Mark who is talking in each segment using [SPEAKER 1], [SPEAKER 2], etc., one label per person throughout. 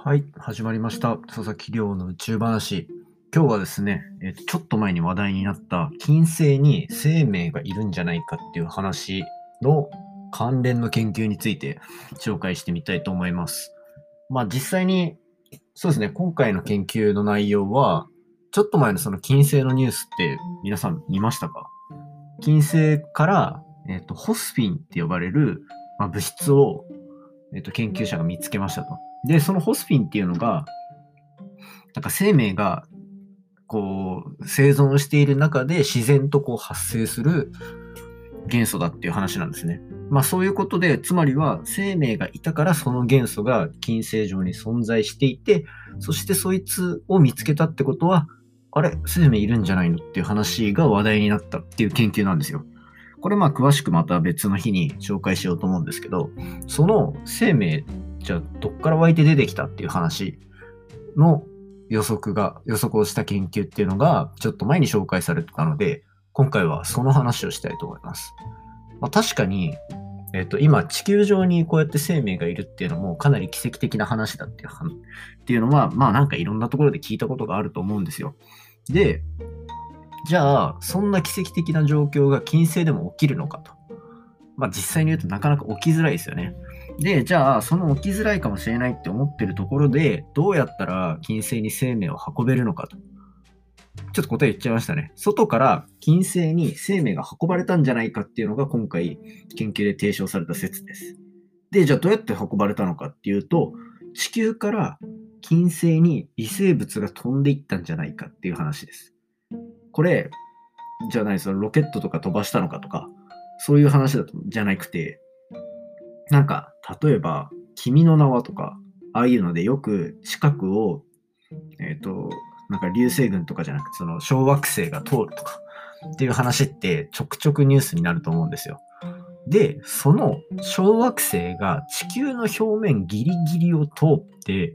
[SPEAKER 1] はい、始まりました。佐々木亮の宇宙話。今日はですね、ちょっと前に話題になった金星に生命がいるんじゃないかっていう話の関連の研究について紹介してみたいと思います。実際に、そうですね、今回の研究の内容は、ちょっと前のその金星のニュースって皆さん見ましたか？金星から、ホスフィンって呼ばれる、物質を研究者が見つけましたと。で、そのホスフィンっていうのが、なんか生命が生存している中で自然と発生する元素だっていう話なんですね。そういうことで、つまりは生命がいたからその元素が金星上に存在していて、そしてそいつを見つけたってことは、あれ、生命いるんじゃないのっていう話が話題になったっていう研究なんですよ。これ詳しくまた別の日に紹介しようと思うんですけど、その生命、じゃあどっから湧いて出てきたっていう話の予測をした研究っていうのがちょっと前に紹介されてたので、今回はその話をしたいと思います。確かに、今地球上にこうやって生命がいるっていうのもかなり奇跡的な話だっていうのは、なんかいろんなところで聞いたことがあると思うんですよ。で、じゃあ、そんな奇跡的な状況が金星でも起きるのかと。実際に言うとなかなか起きづらいですよね。で、じゃあ、その起きづらいかもしれないって思ってるところで、どうやったら金星に生命を運べるのかと。ちょっと答え言っちゃいましたね。外から金星に生命が運ばれたんじゃないかっていうのが今回研究で提唱された説です。で、じゃあどうやって運ばれたのかっていうと、地球から金星に微生物が飛んでいったんじゃないかっていう話です。これ、じゃない、そのロケットとか飛ばしたのかとか、そういう話じゃなくて、なんか、例えば、君の名はとか、ああいうのでよく近くを、なんか流星群とかじゃなくて、その小惑星が通るとかっていう話ってちょくちょくニュースになると思うんですよ。で、その小惑星が地球の表面ギリギリを通って、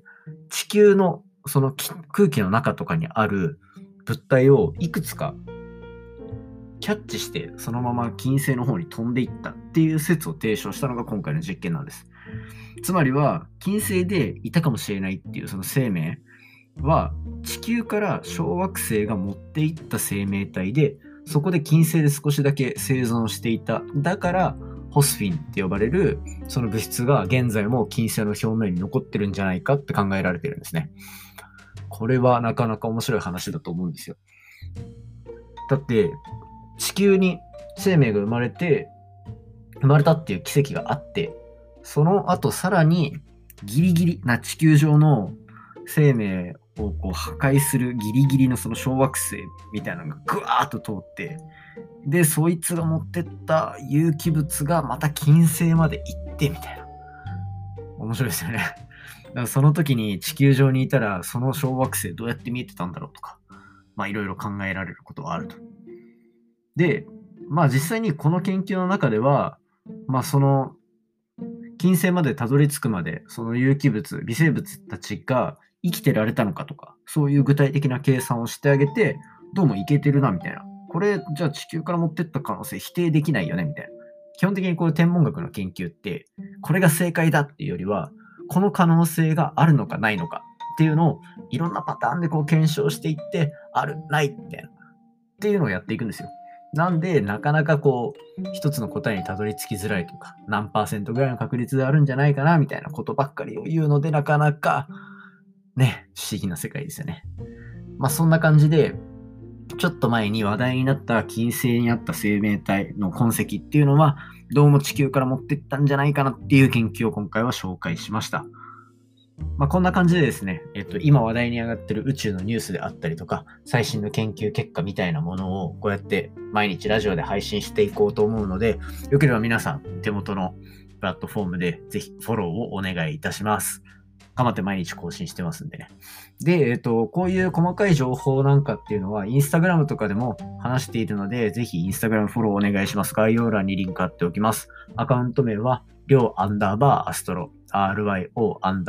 [SPEAKER 1] 地球のその空気の中とかにある物体をいくつかキャッチしてそのまま金星の方に飛んでいったっていう説を提唱したのが今回の実験なんです。つまりは金星でいたかもしれないっていうその生命は地球から小惑星が持っていった生命体で、そこで金星で少しだけ生存していた。だからホスフィンって呼ばれるその物質が現在も金星の表面に残ってるんじゃないかって考えられてるんですね。これはなかなか面白い話だと思うんですよ。だって地球に生命が生まれたっていう奇跡があって、その後さらにギリギリな地球上の生命を破壊するギリギリのその小惑星みたいなのがぐわーっと通って、で、そいつが持ってった有機物がまた金星まで行ってみたいな。面白いですよね。だからその時に地球上にいたらその小惑星どうやって見えてたんだろうとか、いろいろ考えられることはあると。で、実際にこの研究の中では、その金星までたどり着くまで、その有機物、微生物たちが生きてられたのかとか、そういう具体的な計算をしてあげて、どうもいけてるなみたいな。これ、じゃあ地球から持ってった可能性否定できないよねみたいな。基本的にこう天文学の研究って、これが正解だっていうよりは、この可能性があるのかないのかっていうのをいろんなパターンで検証していって、ある、ないみたいな。っていうのをやっていくんですよ。なんで、なかなか一つの答えにたどり着きづらいとか、何%ぐらいの確率であるんじゃないかな、みたいなことばっかりを言うので、なかなか、ね、不思議な世界ですよね。そんな感じで、ちょっと前に話題になった金星にあった生命体の痕跡っていうのは、どうも地球から持ってったんじゃないかなっていう研究を今回は紹介しました。こんな感じでですね、今話題に上がってる宇宙のニュースであったりとか、最新の研究結果みたいなものをこうやって毎日ラジオで配信していこうと思うので、よければ皆さん手元のプラットフォームでぜひフォローをお願いいたします。頑張って毎日更新してますんでね。で、こういう細かい情報なんかっていうのは、インスタグラムとかでも話しているので、ぜひインスタグラムフォローお願いします。概要欄にリンク貼っておきます。アカウント名は、りょうアスト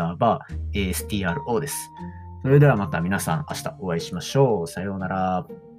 [SPEAKER 1] ロ、RYO_ASTRO です。それではまた皆さん明日お会いしましょう。さようなら。